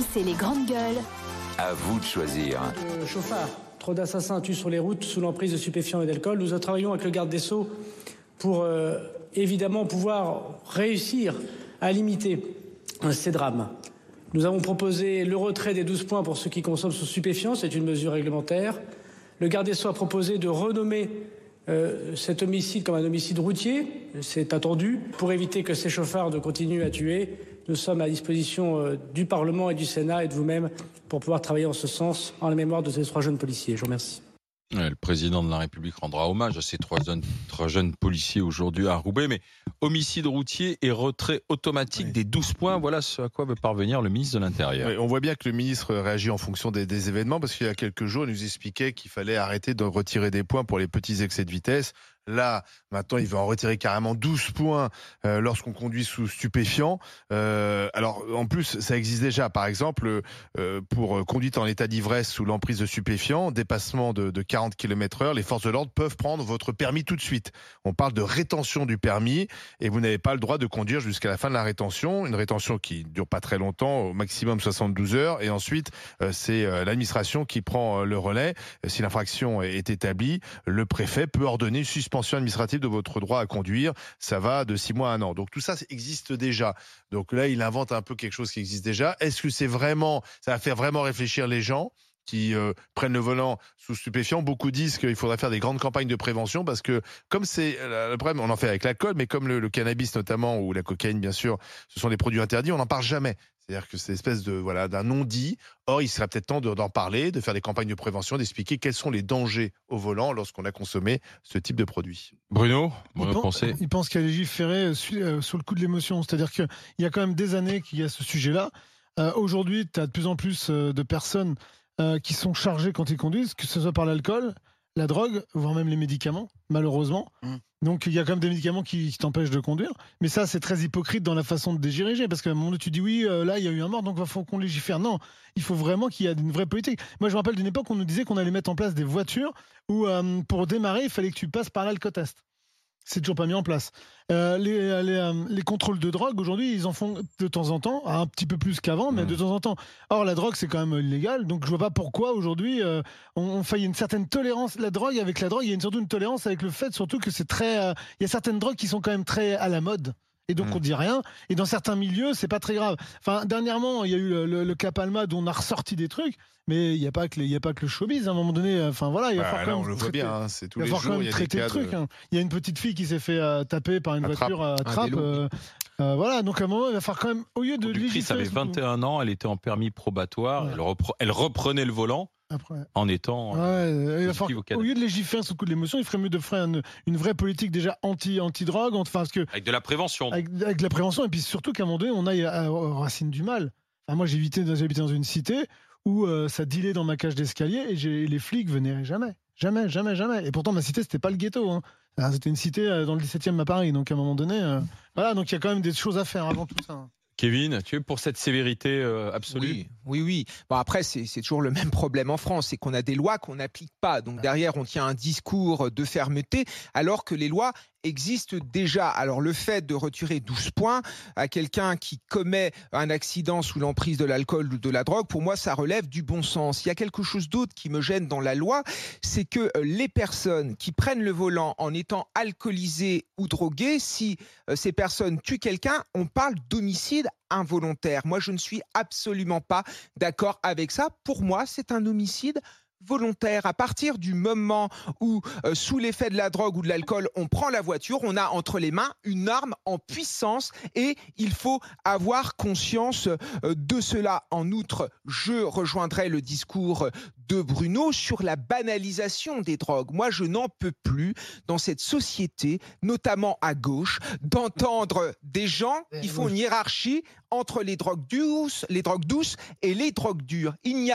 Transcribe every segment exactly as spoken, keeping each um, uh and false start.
c'est les grandes gueules. À vous de choisir. Euh, chauffard, trop d'assassins tués sur les routes sous l'emprise de stupéfiants et d'alcool. Nous travaillons avec le garde des Sceaux pour euh, évidemment pouvoir réussir à limiter euh, ces drames. Nous avons proposé le retrait des douze points pour ceux qui consomment sous stupéfiants, c'est une mesure réglementaire. Le garde des Sceaux a proposé de renommer euh, cet homicide comme un homicide routier, c'est attendu, pour éviter que ces chauffards ne continuent à tuer. Nous sommes à disposition euh, du Parlement et du Sénat et de vous-même pour pouvoir travailler en ce sens en la mémoire de ces trois jeunes policiers. Je vous remercie. Ouais, le président de la République rendra hommage à ces trois jeunes, trois jeunes policiers aujourd'hui à Roubaix. Mais homicide routier et retrait automatique oui. des douze points, voilà ce à quoi veut parvenir le ministre de l'Intérieur. Oui, on voit bien que le ministre réagit en fonction des, des événements, parce qu'il y a quelques jours, il nous expliquait qu'il fallait arrêter de retirer des points pour les petits excès de vitesse. Là, maintenant, il veut en retirer carrément douze points euh, lorsqu'on conduit sous stupéfiants. Euh, alors, en plus, ça existe déjà. Par exemple, euh, pour conduite en état d'ivresse sous l'emprise de stupéfiants, dépassement de, de quarante kilomètres heure, les forces de l'ordre peuvent prendre votre permis tout de suite. On parle de rétention du permis et vous n'avez pas le droit de conduire jusqu'à la fin de la rétention. Une rétention qui ne dure pas très longtemps, au maximum soixante-douze heures. Et ensuite, euh, c'est euh, l'administration qui prend euh, le relais. Si l'infraction est établie, le préfet peut ordonner une suspension administrative de votre droit à conduire, ça va de six mois à un an. Donc tout ça, ça existe déjà. Donc là, il invente un peu quelque chose qui existe déjà. Est-ce que c'est vraiment, ça va faire vraiment réfléchir les gens qui euh, prennent le volant sous stupéfiants? Beaucoup disent qu'il faudrait faire des grandes campagnes de prévention parce que comme c'est le problème, on en fait avec l'alcool, mais comme le, le cannabis notamment ou la cocaïne bien sûr, ce sont des produits interdits, on n'en parle jamais. C'est-à-dire que c'est une espèce de voilà d'un non-dit. Or, il serait peut-être temps de, d'en parler, de faire des campagnes de prévention, d'expliquer quels sont les dangers au volant lorsqu'on a consommé ce type de produit. Bruno, Bruno il, pense, il pense qu'il y a légiféré sous, euh, sous le coup de l'émotion. C'est-à-dire qu'il y a quand même des années qu'il y a ce sujet-là. Euh, aujourd'hui, tu as de plus en plus euh, de personnes euh, qui sont chargées quand ils conduisent, que ce soit par l'alcool, la drogue, voire même les médicaments, malheureusement. Mmh. Donc il y a quand même des médicaments qui, qui t'empêchent de conduire. Mais ça, c'est très hypocrite dans la façon de diriger. Parce qu'à un moment donné, tu dis oui, euh, là, il y a eu un mort, donc il faut qu'on légifère. Non, il faut vraiment qu'il y ait une vraie politique. Moi, je me rappelle d'une époque où on nous disait qu'on allait mettre en place des voitures où euh, pour démarrer, il fallait que tu passes par l'alcotest. C'est toujours pas mis en place. Euh, les, les, euh, les contrôles de drogue, aujourd'hui, ils en font de temps en temps, un petit peu plus qu'avant, mais mmh. de temps en temps. Or, la drogue, c'est quand même illégal, donc je vois pas pourquoi, aujourd'hui, euh, on, on fait une certaine tolérance. La drogue, avec la drogue, il y a une, surtout une tolérance avec le fait, surtout que c'est très... Euh, il y a certaines drogues qui sont quand même très à la mode. Et donc, mmh. on dit rien. Et dans certains milieux, c'est pas très grave. Enfin, dernièrement, il y a eu le, le, le cas Palma, dont on a ressorti des trucs. Mais il n'y a pas que les, il y a pas que le showbiz. À un moment donné, enfin voilà, il va bah, falloir quand on même le voit traiter, bien. Hein, c'est tous il va les falloir jours. quand même Il y a traiter des le cas truc. de... Hein. Il y a une petite fille qui s'est fait euh, taper par une Attrape. voiture à trappe. Euh, euh, voilà, donc à un moment, il va falloir quand même, au lieu de Conductrice avait vingt et un ans, elle était en permis probatoire, ouais. elle, repre- elle reprenait le volant. Après. En étant ouais, euh, il va falloir, au lieu de légiférer sous le coup de l'émotion, il ferait mieux de faire une, une vraie politique déjà anti anti drogue, enfin parce que avec de la prévention, avec, avec de la prévention et puis surtout qu'à un moment donné on aille aux racines du mal. Enfin, moi j'ai habité, j'ai habité dans une cité où euh, ça dealait dans ma cage d'escalier et j'ai, les flics venaient jamais, jamais, jamais, jamais. Et pourtant ma cité c'était pas le ghetto. Hein. Alors, c'était une cité euh, dans le dix-septième à Paris, donc à un moment donné, euh, voilà, donc il y a quand même des choses à faire avant tout ça. Kevin, tu es pour cette sévérité euh, absolue? Oui, oui, oui. Bon, après, c'est, c'est toujours le même problème en France, c'est qu'on a des lois qu'on n'applique pas. Donc derrière, on tient un discours de fermeté, alors que les lois existent déjà. Alors le fait de retirer douze points à quelqu'un qui commet un accident sous l'emprise de l'alcool ou de la drogue, pour moi, ça relève du bon sens. Il y a quelque chose d'autre qui me gêne dans la loi, c'est que les personnes qui prennent le volant en étant alcoolisées ou droguées, si ces personnes tuent quelqu'un, on parle d'homicide involontaire. Moi, je ne suis absolument pas d'accord avec ça. Pour moi, c'est un homicide volontaire. À partir du moment où, euh, sous l'effet de la drogue ou de l'alcool, on prend la voiture, on a entre les mains une arme en puissance et il faut avoir conscience euh, de cela. En outre, je rejoindrai le discours de Bruno sur la banalisation des drogues. Moi, je n'en peux plus dans cette société, notamment à gauche, d'entendre des gens qui font une hiérarchie entre les drogues douces, les drogues douces et les drogues dures. Il n'y a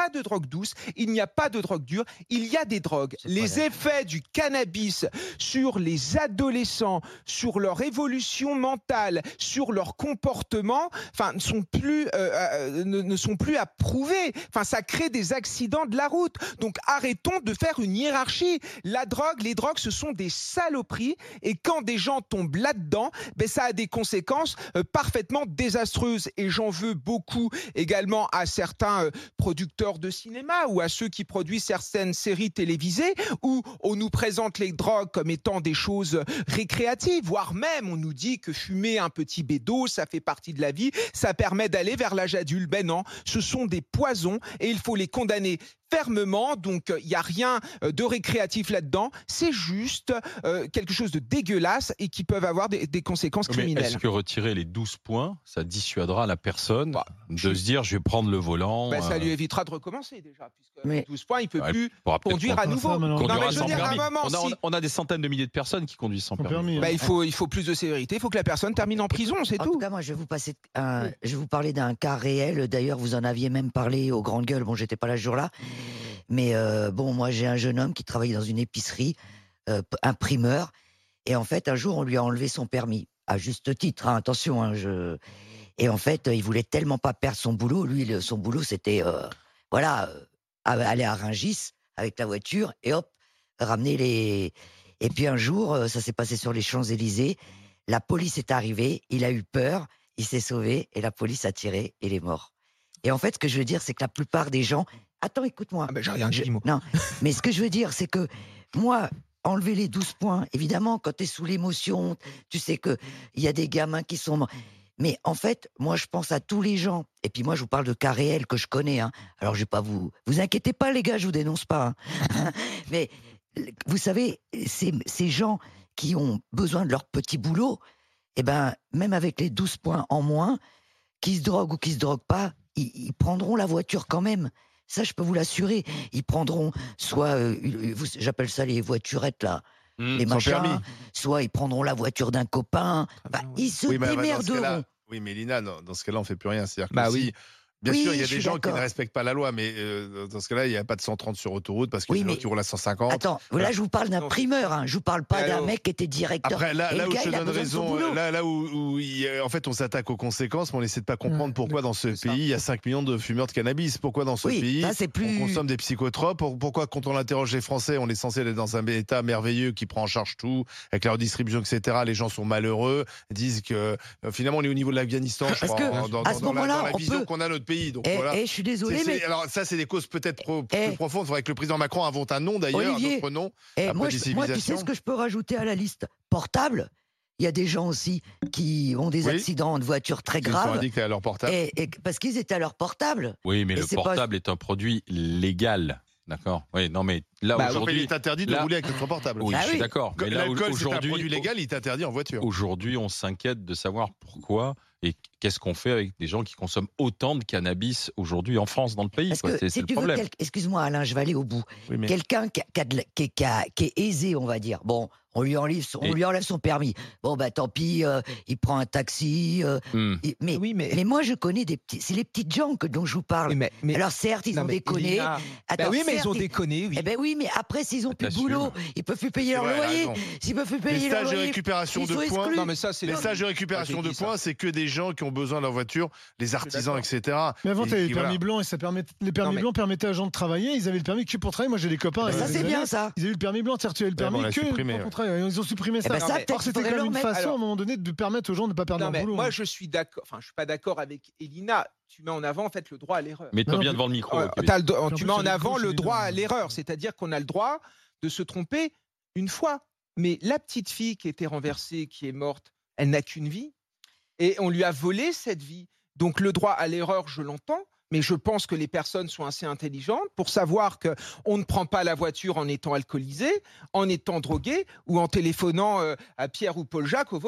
pas de drogue douce, il n'y a pas de drogue dure, il y a des drogues. Les effets du cannabis sur les adolescents, sur leur évolution mentale, sur leur comportement, enfin, ne sont plus, euh, euh, ne, ne sont plus à prouver. Enfin, ça crée des accidents de la route. Donc, arrêtons de faire une hiérarchie. La drogue, les drogues, ce sont des saloperies. Et quand des gens tombent là-dedans, ben, ça a des conséquences euh, parfaitement désastreuses. Et j'en veux beaucoup également à certains euh, producteurs de cinéma ou à ceux qui produisent certaines séries télévisées où on nous présente les drogues comme étant des choses récréatives, voire même on nous dit que fumer un petit bédo, ça fait partie de la vie, ça permet d'aller vers l'âge adulte. Ben non, ce sont des poisons et il faut les condamner fermement, donc il n'y a rien de récréatif là-dedans, c'est juste euh, quelque chose de dégueulasse et qui peuvent avoir des, des conséquences criminelles. Mais est-ce que retirer les douze points, ça dissuadera la personne bah, de je... se dire je vais prendre le volant bah, Ça euh... lui évitera de recommencer déjà, puisque mais... douze points, il ne peut ouais, plus conduire à nouveau. Non, non, mais je veux dire, à un moment, on, a, si... on a des centaines de milliers de personnes qui conduisent sans, sans permis. permis bah, il, faut, il faut plus de sévérité, il faut que la personne termine en prison, c'est en tout. En tout cas, moi, je vais vous passer, un, oui. je vais vous parler d'un cas réel. D'ailleurs, vous en aviez même parlé aux grandes gueules. Bon, j'étais pas là ce jour-là, mais euh, bon, moi, j'ai un jeune homme qui travaillait dans une épicerie, euh, imprimeur, et en fait, un jour, on lui a enlevé son permis, à juste titre. Hein, attention, hein, je. Et en fait, il voulait tellement pas perdre son boulot. Lui, le, son boulot, c'était, euh, voilà, euh, aller à Rungis avec la voiture et hop, ramener les. Et puis un jour, euh, ça s'est passé sur les Champs-Élysées. La police est arrivée, il a eu peur, il s'est sauvé et la police a tiré et il est mort. Et en fait, ce que je veux dire, c'est que la plupart des gens. Attends, écoute-moi. Ah ben, j'ai rien dit, moi. Non, mais ce que je veux dire, c'est que moi. Enlever les douze points, évidemment, quand tu es sous l'émotion, tu sais qu'il y a des gamins qui sont... Mais en fait, moi, je pense à tous les gens. Et puis moi, je vous parle de cas réels que je connais. Hein. Alors, je vais pas vous... Vous inquiétez pas, les gars, je vous dénonce pas. Hein. Mais vous savez, ces, ces gens qui ont besoin de leur petit boulot, eh ben, même avec les douze points en moins, qui se droguent ou qui se droguent pas, ils, ils prendront la voiture quand même. Ça, je peux vous l'assurer. Ils prendront soit, euh, j'appelle ça les voiturettes, là, mmh, les machins, permis. Soit ils prendront la voiture d'un copain. Bah, ils se oui, démerderont. Bah, oui, mais Lina, dans, dans ce cas-là, on ne fait plus rien. C'est-à-dire que bah, si, oui. Bien oui, sûr, il y a des gens d'accord. qui ne respectent pas la loi, mais euh, dans ce cas-là, il n'y a pas de cent trente sur autoroute parce qu'il y a oui, des mais... gens qui roulent à cent cinquante. Attends, là, je vous parle d'un primeur, hein. Je vous parle pas d'un mec qui était directeur. Après, là, là où gars, je te donne raison, là, là où, où il, en fait, on s'attaque aux conséquences, mais on essaie de pas comprendre mmh, pourquoi dans ce pays, ça. il y a cinq millions de fumeurs de cannabis. Pourquoi dans ce oui, pays, là, plus... on consomme des psychotropes. Pourquoi, quand on interroge les Français, on est censé être dans un état merveilleux qui prend en charge tout, avec la redistribution, et cetera. Les gens sont malheureux, disent que euh, finalement, on est au niveau de l'Afghanistan, je crois, que, dans, à ce dans, dans, la, dans la vision peut... qu'on a de notre pays. Donc, et, voilà. Et je suis désolé, c'est, mais... c'est, alors ça, c'est des causes peut-être pro, eh, plus profondes. Il faudrait que le président Macron invente un nom d'ailleurs, Olivier, un autre nom. Eh, moi, je, moi, tu sais ce que je peux rajouter à la liste? Portable. Il y a des gens aussi qui ont des oui. accidents de voiture très graves. Ils sont addicts à leur portable. Et, et, parce qu'ils étaient à leur portable. Oui, mais et le portable pas... est un produit légal. D'accord. Oui, non, mais là bah, aujourd'hui, il est interdit de là... rouler avec notre portable. Oui, ah, je suis oui. d'accord. Mais là, l'alcool, c'est un produit légal, il est interdit en voiture. Aujourd'hui, on s'inquiète de savoir pourquoi et qu'est-ce qu'on fait avec des gens qui consomment autant de cannabis aujourd'hui en France, dans le pays. Parce quoi. que, c'est, si c'est tu le problème. Veux, quel... Excuse-moi, Alain, je vais aller au bout. Oui, mais... Quelqu'un qui, a, qui, a de, qui, qui, a, qui est aisé, on va dire. Bon. On lui enlève son, on lui enlève son permis. Bon, bah tant pis, euh, il prend un taxi. Euh, mm. il, mais, oui, mais... mais moi, je connais des petits. C'est les petites gens que, dont je vous parle. Mais, mais... Alors, certes, ils non, ont déconné. A... Attends, bah oui, mais certes, ils ont déconné, oui. Eh ben oui, mais après, s'ils n'ont plus de boulot, ils peuvent plus payer leur loyer. S'ils peuvent plus payer leur loyer. Les stages de récupération de points. Non, mais ça, c'est les stages de récupération de points, c'est que des gens qui ont besoin de leur voiture, les artisans, et cetera. Mais avant, tu avais les permis blancs et ça permet. Les permis blancs permettaient aux gens de travailler. Ils avaient le permis que pour travailler. Moi, j'ai des copains. Ça, c'est bien, ça. Ils avaient le permis blanc. Tu avais le permis que pour travailler. Ils ont supprimé. Eh ben ça, Or, c'était quand même une façon, alors, à un moment donné, de permettre aux gens de ne pas perdre non, leur boulot. Moi, hein. je suis d'accord. Enfin, je suis pas d'accord avec Elina. Tu mets en avant, en fait, le droit à l'erreur. Mets-toi bien devant le micro. Euh, le, tu mets en avant le droit à l'erreur, c'est-à-dire qu'on a le droit de se tromper une fois. Mais la petite fille qui était renversée, qui est morte, elle n'a qu'une vie, et on lui a volé cette vie. Donc, le droit à l'erreur, je l'entends. Mais je pense que les personnes sont assez intelligentes pour savoir qu'on ne prend pas la voiture en étant alcoolisé, en étant drogué ou en téléphonant à Pierre ou Paul Jacques au volant.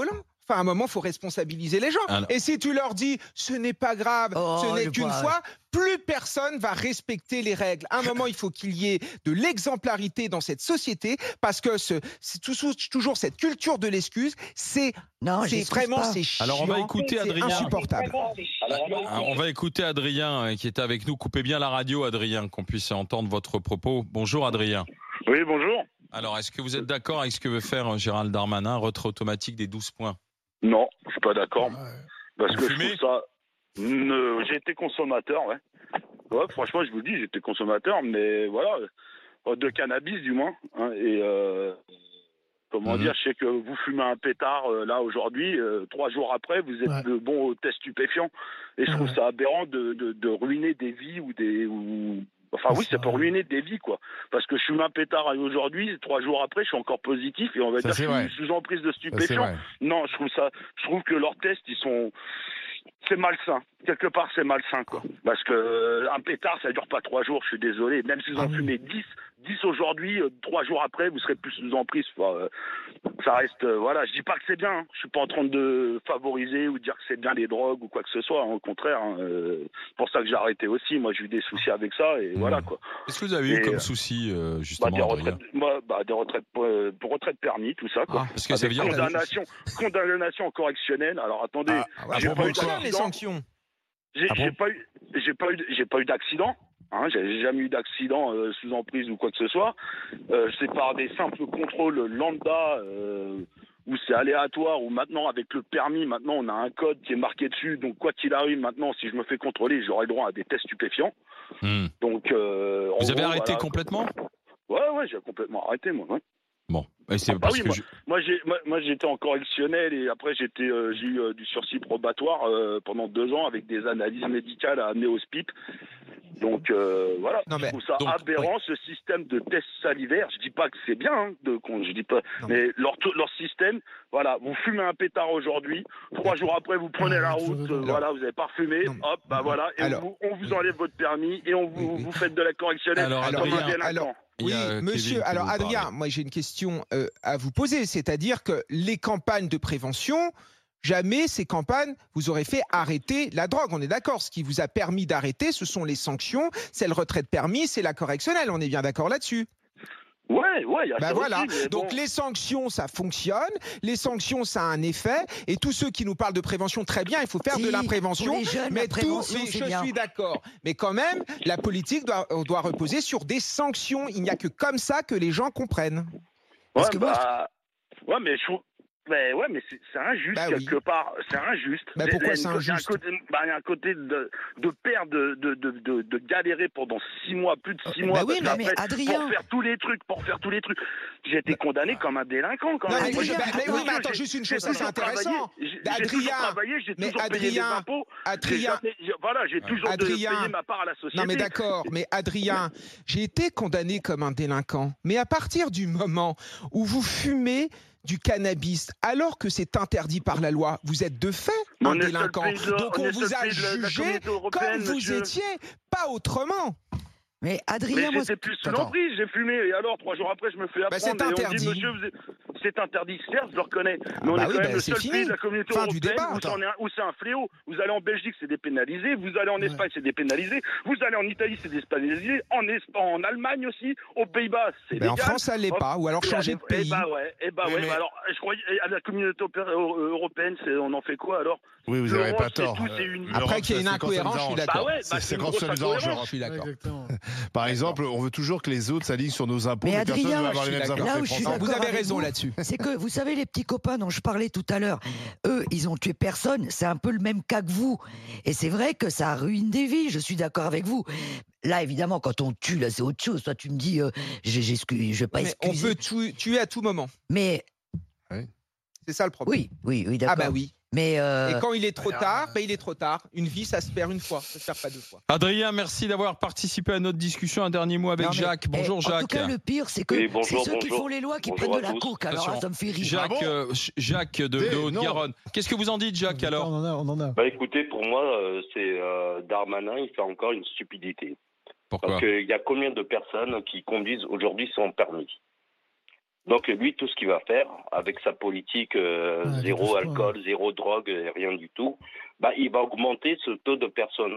Enfin, à un moment, il faut responsabiliser les gens. Alors... Et si tu leur dis, ce n'est pas grave, oh, ce n'est qu'une pas... fois, plus personne va respecter les règles. À un moment, il faut qu'il y ait de l'exemplarité dans cette société, parce que ce, c'est toujours cette culture de l'excuse, c'est, non, c'est vraiment pas. c'est chiant, alors on va écouter Adrien. Insupportable. Alors, on va écouter Adrien qui est avec nous. Coupez bien la radio, Adrien, qu'on puisse entendre votre propos. Bonjour, Adrien. Oui, bonjour. Alors, est-ce que vous êtes d'accord avec ce que veut faire Gérald Darmanin, retrait automatique des douze points? Non, je suis pas d'accord. Parce vous que fumez? je trouve ça. Ne... J'ai été consommateur, ouais. Ouais, franchement, je vous le dis, j'étais consommateur, mais voilà, de cannabis du moins. Hein, et euh... comment mmh. dire, je sais que vous fumez un pétard euh, là aujourd'hui, euh, trois jours après, vous êtes ouais. bon au test stupéfiant. Et je ouais. trouve ça aberrant de, de, de ruiner des vies ou des. Ou... Enfin oui, ça peut ruiner des vies, quoi. Parce que je fume un pétard aujourd'hui, trois jours après, je suis encore positif et on va ça, dire que je suis sous emprise de stupéfiants. Non, je trouve ça, je trouve que leurs tests, ils sont, c'est malsain. Quelque part, c'est malsain, quoi. Parce que euh, un pétard, ça dure pas trois jours. Je suis désolé. Même s'ils ont ah, fumé dix, dix aujourd'hui, euh, trois jours après, vous serez plus sous emprise. Enfin, euh, ça reste, euh, voilà. Je dis pas que c'est bien. Hein. Je suis pas en train de favoriser ou dire que c'est bien les drogues ou quoi que ce soit. Hein. Au contraire, hein, euh, c'est pour ça que j'ai arrêté aussi. Moi, j'ai eu des soucis avec ça et mmh. voilà, quoi. Qu'est-ce que vous avez eu et, comme souci, euh, justement, bah, des retraites, moi, bah, des retraites, euh, pour retraite permis, tout ça, quoi. Ah, parce que ça veut dire condamnation, condamnation correctionnelle. Alors attendez, ah, ah, j'ai pas eu quoi, les sanctions. J'ai ah bon pas eu, j'ai pas eu, j'ai pas eu d'accident. Hein, j'ai jamais eu d'accident euh, sous emprise ou quoi que ce soit. Euh, c'est par des simples contrôles lambda euh, où c'est aléatoire. Où maintenant avec le permis, maintenant on a un code qui est marqué dessus. Donc quoi qu'il arrive, maintenant si je me fais contrôler, j'aurai le droit à des tests stupéfiants. Mmh. Donc euh, vous avez gros, arrêté voilà, complètement? Ouais, ouais, j'ai complètement arrêté moi. Ouais. Bon, et c'est ah, parce bah oui, que moi, je... moi, j'ai, moi, moi j'étais en correctionnel et après j'étais, euh, j'ai eu euh, du sursis probatoire euh, pendant deux ans avec des analyses médicales à amener au S P I P. Donc euh, voilà, non, mais, je trouve ça donc, aberrant, oui. ce système de tests salivaires. Je dis pas que c'est bien, hein, de, je dis pas, non, mais leur, leur système, voilà, vous fumez un pétard aujourd'hui, trois jours après vous prenez la route, euh, voilà, vous avez parfumé, non, hop, bah voilà, et alors, vous, on vous enlève votre permis et on vous, vous faites de la correctionnelle. Alors, alors, comme un alors, délinquant. Oui, monsieur. Alors, Adrien, moi j'ai une question euh, à vous poser. C'est-à-dire que les campagnes de prévention, jamais ces campagnes vous auraient fait arrêter la drogue. On est d'accord. Ce qui vous a permis d'arrêter, ce sont les sanctions, c'est le retrait de permis, c'est la correctionnelle. On est bien d'accord là-dessus? Ouais, ouais, il y a ben ça voilà. aussi, donc bon. les sanctions, ça fonctionne. Les sanctions, ça a un effet. Et tous ceux qui nous parlent de prévention, très bien, il faut faire si, de la prévention. les jeunes, mais la prévention, tout, mais je bien. suis d'accord. Mais quand même, la politique doit, doit reposer sur des sanctions. Il n'y a que comme ça que les gens comprennent. Ouais, que bah, moi... ouais mais je trouve... Mais ouais, mais c'est, c'est injuste bah quelque oui. part. C'est injuste. Bah pourquoi c'est injuste? Il y a un côté, bah, il y a un côté de, de perdre, de, de, de, de, de galérer pendant six mois, plus de six mois. Bah oui, mais, mais Adrien, pour faire tous les trucs, pour faire tous les trucs. J'ai été condamné comme un délinquant quand non, même. Mais, Moi, je, bah, mais oui, mais attends, juste une chose, ça c'est intéressant. J'ai, j'ai toujours travaillé, j'ai toujours Adrien, payé des impôts. Adrien, j'ai jamais, voilà, j'ai toujours Adrien, payé ma part à la société. Non mais d'accord, mais Adrien, j'ai été condamné comme un délinquant. Mais à partir du moment où vous fumez du cannabis, alors que c'est interdit par la loi, vous êtes de fait un on délinquant. De, Donc on, on vous a jugé comme vous monsieur. étiez, pas autrement. Mais Adrien, mais moi, j'étais plus sous l'emprise, j'ai fumé, et alors, trois jours après, je me fais apprendre, bah c'est interdit. Et on dit, monsieur, vous êtes... c'est interdit, certes, je le reconnais, mais ah on bah est oui, quand bah même le seul fini. pays de la communauté fin européenne débat, où, c'est un, où c'est un fléau. Vous allez en Belgique, c'est dépénalisé, vous allez en Espagne, ouais. c'est dépénalisé, vous allez en Italie, c'est dépénalisé, en, Esp... en Allemagne aussi, aux Pays-Bas, c'est bah légal. En France, ça l'est pas, ou alors changer de pays. Eh bah ouais, eh bah ouais, mais... bah alors, je crois, à la communauté européenne, c'est... on en fait quoi alors? Oui, vous n'avez pas tort. Après qu'il y ait une incohérence, je suis d'accord. C'est quand ça nous arrange, je suis d'accord. Par exemple, on veut toujours que les autres s'alignent sur nos impôts, mais, mais Adrien, personne ne veut avoir les mêmes impôts que les Français. Vous avez raison là-dessus. C'est que, vous savez, les petits copains dont je parlais tout à l'heure, eux, ils ont tué personne. C'est un peu le même cas que vous. Et c'est vrai que ça ruine des vies. Je suis d'accord avec vous. Là, évidemment, quand on tue, là, c'est autre chose. Toi, tu me dis, euh, je ne vais pas mais excuser. On peut tu, tuer à tout moment. Mais... Oui. C'est ça le problème. Oui, oui, oui, d'accord. Ah bah oui. Mais euh... Et quand il est trop tard, bah il est trop tard. Une vie, ça se perd une fois, ça se perd pas deux fois. Adrien, merci d'avoir participé à notre discussion. Un dernier mot avec non, mais, Jacques. Bonjour eh, Jacques. En tout cas, le pire, c'est que oui, bonjour, c'est ceux bonjour. qui font les lois qui bonjour prennent de la tous. coke. Alors là, ça me fait rire. Jacques, ah bon euh, Jacques de, de Haute-Garonne. Qu'est-ce que vous en dites, Jacques, alors? On en a, on en a. Bah écoutez, pour moi, euh, c'est euh, Darmanin, il fait encore une stupidité. Pourquoi? Parce qu'il y a combien de personnes qui conduisent aujourd'hui sans permis? Donc lui, tout ce qu'il va faire, avec sa politique euh, Ah, zéro douze alcool, points. zéro drogue, euh, rien du tout, bah, il va augmenter ce taux de personnes.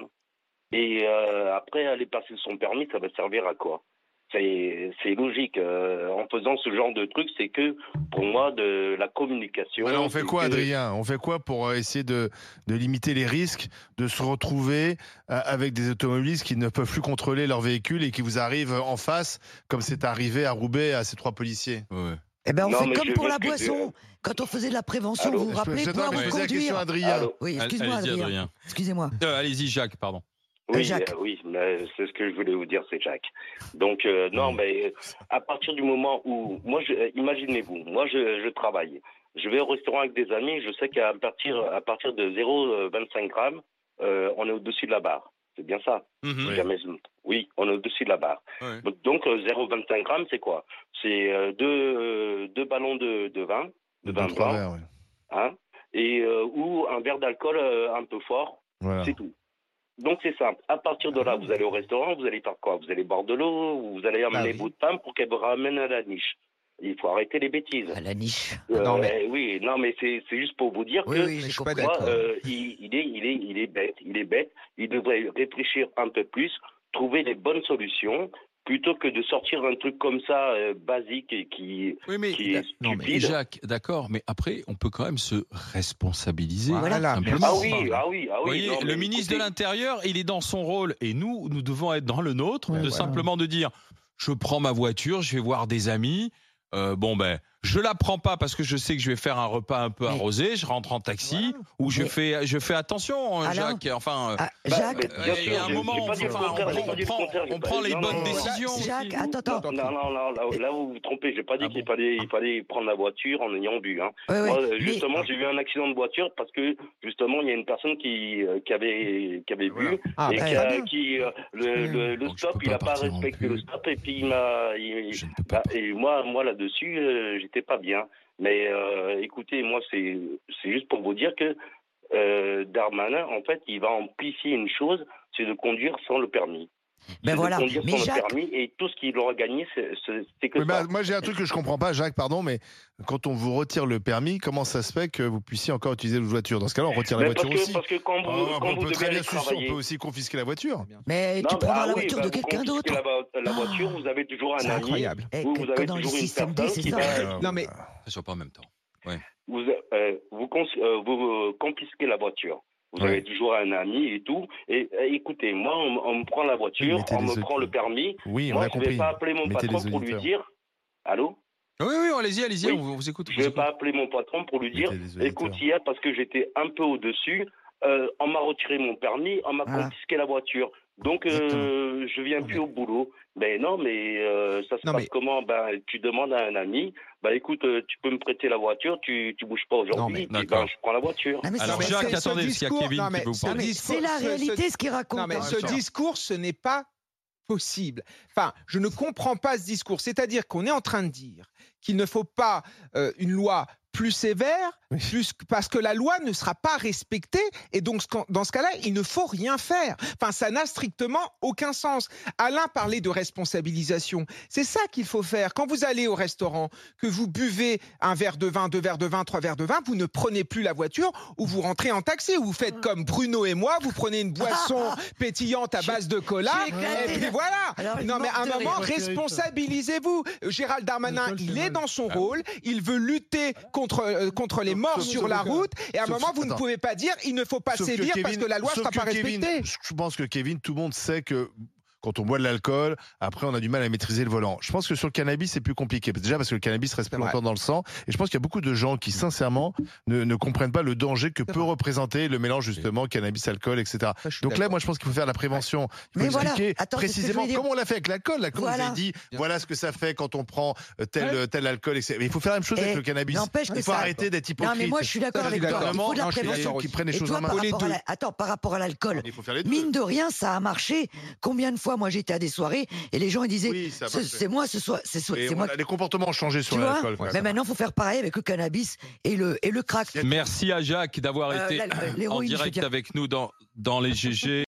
Et euh, après, aller passer son permis, ça va servir à quoi? C'est c'est logique. Euh, en faisant ce genre de truc, c'est que, pour moi, de la communication... Alors on fait c'est quoi, que- Adrien? On fait quoi pour euh, essayer de, de limiter les risques de se retrouver euh, avec des automobilistes qui ne peuvent plus contrôler leur véhicule et qui vous arrivent en face, comme c'est arrivé à Roubaix à ces trois policiers? Ouais. Eh ben, on Non, fait mais comme je pour veux la que boisson. je- Quand on faisait de la prévention, Allô vous vous Je- rappelez, je pouvoir dois vous poser la question à conduire. Adrien. Allô Oui, excuse-moi, Allez-y, Adrien. Adrien. Excusez-moi. Euh, Allez-y, Jacques, pardon. Oui, Jacques. euh, oui, mais c'est ce que je voulais vous dire, c'est Jacques. Donc, euh, non, mais à partir du moment où, moi, je, euh, imaginez-vous, moi, je, je travaille. Je vais au restaurant avec des amis, je sais qu'à partir, à partir de zéro virgule vingt-cinq grammes, euh, on est au-dessus de la barre. C'est bien ça? Mhm. Si jamais je- Oui, on est au-dessus de la barre. Ouais. Donc, euh, zéro virgule vingt-cinq grammes, c'est quoi? C'est euh, deux, euh, deux ballons de, de vin, de Deux, vin trois blanc, verres, ouais. hein, et, euh, ou un verre d'alcool euh, un peu fort, Voilà. c'est tout. Donc c'est simple. À partir de là, vous allez au restaurant, vous allez faire quoi? Vous allez boire de l'eau, vous allez amener oui. votre femme pour qu'elle vous ramène à la niche. Il faut arrêter les bêtises. À la niche. Euh, Non, mais- Oui, non, mais c'est c'est juste pour vous dire Oui, que oui, je j'ai suis pas compris. moi, d'accord. euh, il, il est, il est, il est bête, il est bête. Il devrait réfléchir un peu plus, trouver les bonnes solutions, plutôt que de sortir un truc comme ça euh, basique et qui, Oui, mais, qui est non, mais stupide. Jacques, d'accord, mais après, on peut quand même se responsabiliser. Voilà, simplement. Ah merci. oui, ah oui, ah oui. Vous voyez, non, le mais ministre de écoutez, l'Intérieur, il est dans son rôle et nous, nous devons être dans le nôtre, Ouais, de voilà. simplement de dire, je prends ma voiture, je vais voir des amis. Euh, bon ben, je la prends pas parce que je sais que je vais faire un repas un peu Mais- arrosé. Je rentre en taxi Voilà. ou je Mais- fais, je fais attention, Alain Jacques. Enfin, euh, Ah, Bah, Jacques, mais bien il y sûr, a un j'ai- moment, j'ai on, pas dit le enfin, on contraire, j'ai prend, pas dit le on prend- contraire, j'ai on pas prend dit- les non, bonnes non, non, décisions. Jacques, aussi. attends, attends. Non, non, non, là, là vous vous trompez. J'ai pas dit Ah qu'il bon fallait, il fallait prendre la voiture en ayant bu. Hein. Ouais, ouais, Moi, euh, mais- justement, j'ai eu un accident de voiture parce que justement, il y a une personne qui, euh, qui avait, qui avait bu Ah, et bah, qui, très a- bien. qui, euh, le, le, le Donc, je stop, peux il pas a pas partir en respecté le pub. stop et puis il m'a, il- Je ne peux pas bah, et moi, moi là-dessus, euh, j'étais pas bien. Mais euh, écoutez, moi, c'est, c'est juste pour vous dire que euh, Darmanin, en fait, il va amplifier une chose, c'est de conduire sans le permis. Ben C'est voilà. de conduire Mais sans Jacques, le permis et tout ce qu'il aura gagné, c'est, c'est, c'est que Oui, ça. bah, moi j'ai un truc que je comprends pas, Jacques, pardon, mais quand on vous retire le permis, comment ça se fait que vous puissiez encore utiliser votre voiture? Dans ce cas-là, on retire la Mais voiture parce que, aussi. parce que quand vous, Oh, quand on vous peut devez très bien aller sucer, on travailler... peut aussi confisquer la voiture. mais Non, tu bah, prendras ah la oui, voiture bah, de vous quelqu'un confisquez d'autre. La, la voiture, vous avez toujours un C'est ami, incroyable. Eh, ou que- vous que avez dans les toujours une six M D, personne c'est qui ça. va... Non, mais Ça soit pas en même temps. Vous, euh, vous, cons- euh, vous, euh, confisquez la voiture. Vous Ouais. avez toujours un ami et tout. Et euh, écoutez, moi, on, on me prend la voiture, mettez on les me autres- prend le permis. Oui, on Moi, a je ne compris. vais pas appeler mon Mettez patron les pour lui auditeurs. dire... Allô? Oui, oui, allez-y, allez-y, Oui. on vous écoute. on Je vous ne vais écoute. pas appeler mon patron pour lui dire, Mettez les auditeurs. écoute, hier, parce que j'étais un peu au-dessus, euh, on m'a retiré mon permis, on m'a Voilà. confisqué la voiture. Donc, euh, je viens Non, plus mais- au boulot. Mais non, mais euh, ça se Non, passe mais- comment? Ben, tu demandes à un ami, ben écoute, euh, tu peux me prêter la voiture, tu tu bouges pas Non, aujourd'hui, mais- puis ben, D'accord. je prends la voiture. Non, mais Alors, c'est- Jacques, c'est- ce attendez, parce qu'il y a discours- Kevin non, qui mais veut vous ce parler. mais discours- c'est la ce- ce- réalité ce qu'il raconte. Non, mais hein. ce discours, ce n'est pas possible. Enfin, je ne comprends pas ce discours. C'est-à-dire qu'on est en train de dire qu'il ne faut pas euh, une loi plus sévère, plus, parce que la loi ne sera pas respectée, et donc ce qu'en- dans ce cas-là, il ne faut rien faire. Enfin, ça n'a strictement aucun sens. Alain parlait de responsabilisation. C'est ça qu'il faut faire. Quand vous allez au restaurant, que vous buvez un verre de vin, deux verres de vin, trois verres de vin, vous ne prenez plus la voiture, ou vous rentrez en taxi, ou vous faites comme Bruno et moi, vous prenez une boisson pétillante à base de cola, J'ai éclaté. et puis voilà. Alors, il Non, mais à un manque de moment, rire. responsabilisez-vous. Gérald Darmanin, L'alcool, il c'est est mal. dans son rôle, il veut lutter contre, euh, contre les morts Sauf- sur sauf la que- route, et à un sauf- moment, vous ne attends. pouvez pas dire il ne faut pas Sauf que sévir parce Kevin- que la loi ne sauf sera pas que Kevin- respectée. Je pense que Kevin, tout le monde sait que quand on boit de l'alcool, après on a du mal à maîtriser le volant. Je pense que sur le cannabis, c'est plus compliqué. Déjà parce que le cannabis reste plus C'est vrai. longtemps dans le sang. Et je pense qu'il y a beaucoup de gens qui, sincèrement, ne, ne comprennent pas le danger que C'est peut vrai. représenter le mélange, justement, cannabis-alcool, et cetera. Ça, je suis Donc là, d'accord. moi, je pense qu'il faut faire de la prévention. Il faut Mais voilà. expliquer Attends, c'est ce que je précisément, voulais dire. comme on l'a fait avec l'alcool. Là, comme Voilà. vous avez dit, Bien. voilà ce que ça fait quand on prend euh, tel, euh, tel alcool. et cetera. Mais il faut faire la même chose Et avec le cannabis. n'empêche que Il faut ça- arrêter d'être Non, hypocrite. mais moi, je suis d'accord Ça, je avec suis toi. d'accord. Il faut de la Non, je suis prévention. d'accord qui prennent les Et choses toi, en main. par Les rapport à deux. la- Attends, par rapport à l'alcool, Il faut faire les deux. mine de rien, ça a marché. Combien de fois, moi, j'étais à des soirées et les gens ils disaient, Oui, ça a c'est marché. c'est moi ce soir, c'est so- Et c'est on moi. a- les comportements ont changé sur Tu vois l'alcool. quand Mais même. maintenant, il faut faire pareil avec le cannabis et le et le crack. Merci à Jacques d'avoir Euh, été la- en l'héroïne, je veux direct dire. avec nous dans, dans les G G.